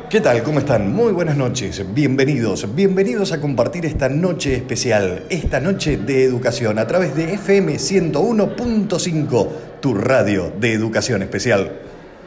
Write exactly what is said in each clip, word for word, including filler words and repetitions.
¿Qué tal? ¿Cómo están? Muy buenas noches. Bienvenidos, bienvenidos a compartir esta noche especial, esta noche de educación a través de F M ciento uno punto cinco, tu radio de educación especial.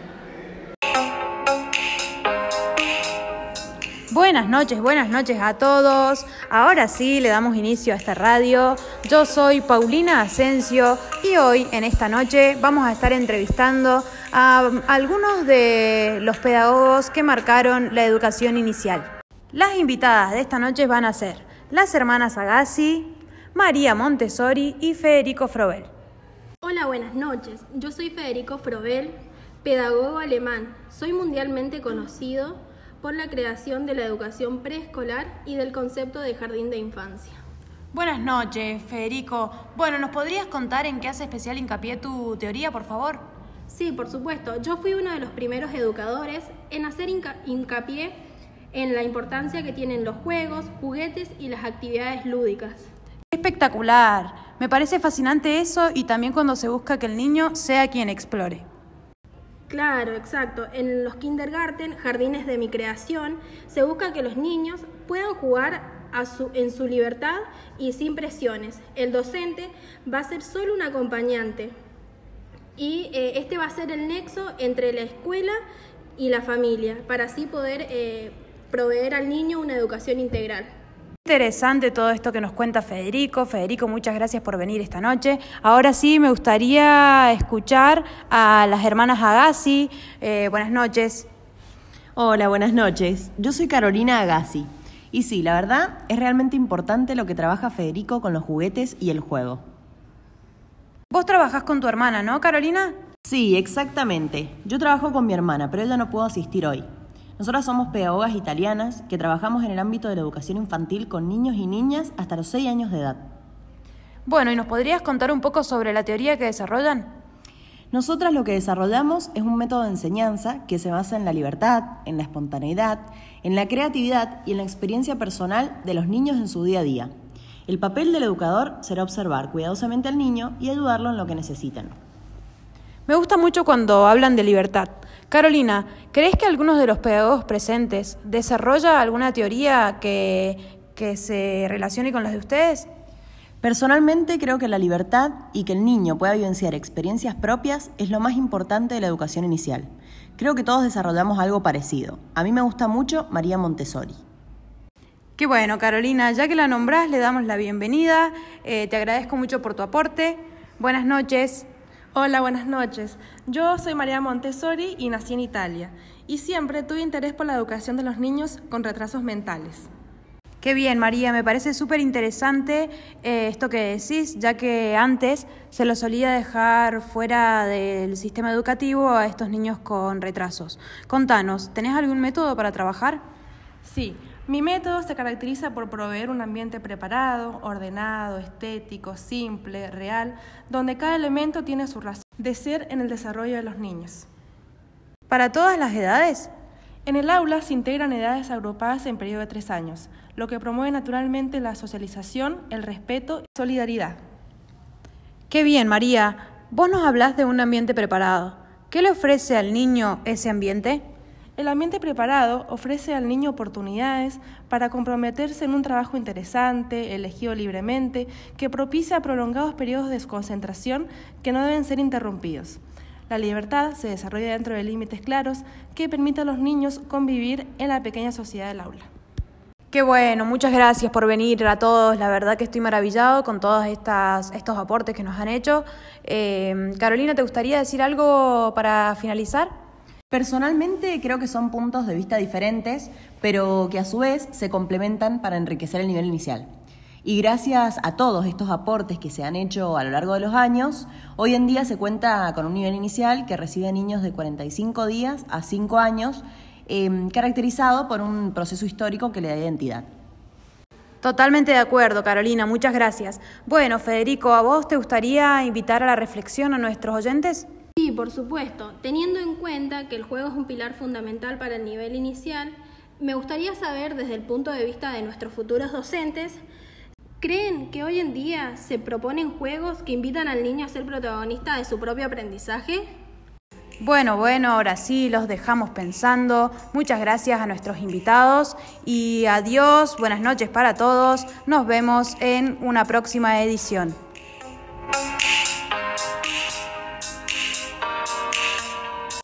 Buenas noches, buenas noches a todos. Ahora sí le damos inicio a esta radio. Yo soy Paulina Asensio y hoy en esta noche vamos a estar entrevistando a algunos de los pedagogos que marcaron la educación inicial. Las invitadas de esta noche van a ser las hermanas Agassi, María Montessori y Federico Frobel. Hola, buenas noches. Yo soy Federico Frobel, pedagogo alemán. Soy mundialmente conocido por la creación de la educación preescolar y del concepto de jardín de infancia. Buenas noches, Federico. Bueno, ¿nos podrías contar en qué hace especial hincapié tu teoría, por favor? Sí, por supuesto. Yo fui uno de los primeros educadores en hacer hinca- hincapié en la importancia que tienen los juegos, juguetes y las actividades lúdicas. Espectacular. Me parece fascinante eso y también cuando se busca que el niño sea quien explore. Claro, exacto. En los kindergarten, jardines de mi creación, se busca que los niños puedan jugar a su, en su libertad y sin presiones. El docente va a ser solo un acompañante y eh, este va a ser el nexo entre la escuela y la familia para así poder eh, proveer al niño una educación integral. Interesante todo esto que nos cuenta Federico. Federico, muchas gracias por venir esta noche. Ahora sí, me gustaría escuchar a las hermanas Agassi. Eh, buenas noches. Hola, buenas noches. Yo soy Carolina Agassi. Y sí, la verdad, es realmente importante lo que trabaja Federico con los juguetes y el juego. Vos trabajás con tu hermana, ¿no, Carolina? Sí, exactamente. Yo trabajo con mi hermana, pero ella no pudo asistir hoy. Nosotras somos pedagogas italianas que trabajamos en el ámbito de la educación infantil con niños y niñas hasta los seis años de edad. Bueno, ¿y nos podrías contar un poco sobre la teoría que desarrollan? Nosotras lo que desarrollamos es un método de enseñanza que se basa en la libertad, en la espontaneidad, en la creatividad y en la experiencia personal de los niños en su día a día. El papel del educador será observar cuidadosamente al niño y ayudarlo en lo que necesiten. Me gusta mucho cuando hablan de libertad. Carolina, ¿crees que algunos de los pedagogos presentes desarrolla alguna teoría que, que se relacione con las de ustedes? Personalmente creo que la libertad y que el niño pueda vivenciar experiencias propias es lo más importante de la educación inicial. Creo que todos desarrollamos algo parecido. A mí me gusta mucho María Montessori. Qué bueno, Carolina, ya que la nombrás, le damos la bienvenida. Eh, te agradezco mucho por tu aporte. Buenas noches. Hola, buenas noches. Yo soy María Montessori y nací en Italia y siempre tuve interés por la educación de los niños con retrasos mentales. Qué bien, María, me parece súper interesante eh, esto que decís, ya que antes se los solía dejar fuera del sistema educativo a estos niños con retrasos. Contanos, ¿tenés algún método para trabajar? Sí, mi método se caracteriza por proveer un ambiente preparado, ordenado, estético, simple, real, donde cada elemento tiene su razón de ser en el desarrollo de los niños. ¿Para todas las edades? En el aula se integran edades agrupadas en periodo de tres años, lo que promueve naturalmente la socialización, el respeto y solidaridad. Qué bien, María. Vos nos hablás de un ambiente preparado. ¿Qué le ofrece al niño ese ambiente? El ambiente preparado ofrece al niño oportunidades para comprometerse en un trabajo interesante, elegido libremente, que propicia prolongados periodos de concentración que no deben ser interrumpidos. La libertad se desarrolla dentro de límites claros que permiten a los niños convivir en la pequeña sociedad del aula. Qué bueno, muchas gracias por venir a todos. La verdad que estoy maravillado con todos estas, estos aportes que nos han hecho. Eh, Carolina, ¿te gustaría decir algo para finalizar? Personalmente creo que son puntos de vista diferentes, pero que a su vez se complementan para enriquecer el nivel inicial. Y gracias a todos estos aportes que se han hecho a lo largo de los años, hoy en día se cuenta con un nivel inicial que recibe niños de cuarenta y cinco días a cinco años, eh, caracterizado por un proceso histórico que le da identidad. Totalmente de acuerdo, Carolina, muchas gracias. Bueno, Federico, ¿a vos te gustaría invitar a la reflexión a nuestros oyentes? Sí, por supuesto. Teniendo en cuenta que el juego es un pilar fundamental para el nivel inicial, me gustaría saber desde el punto de vista de nuestros futuros docentes, ¿creen que hoy en día se proponen juegos que invitan al niño a ser protagonista de su propio aprendizaje? Bueno, bueno, ahora sí, los dejamos pensando. Muchas gracias a nuestros invitados y adiós, buenas noches para todos. Nos vemos en una próxima edición.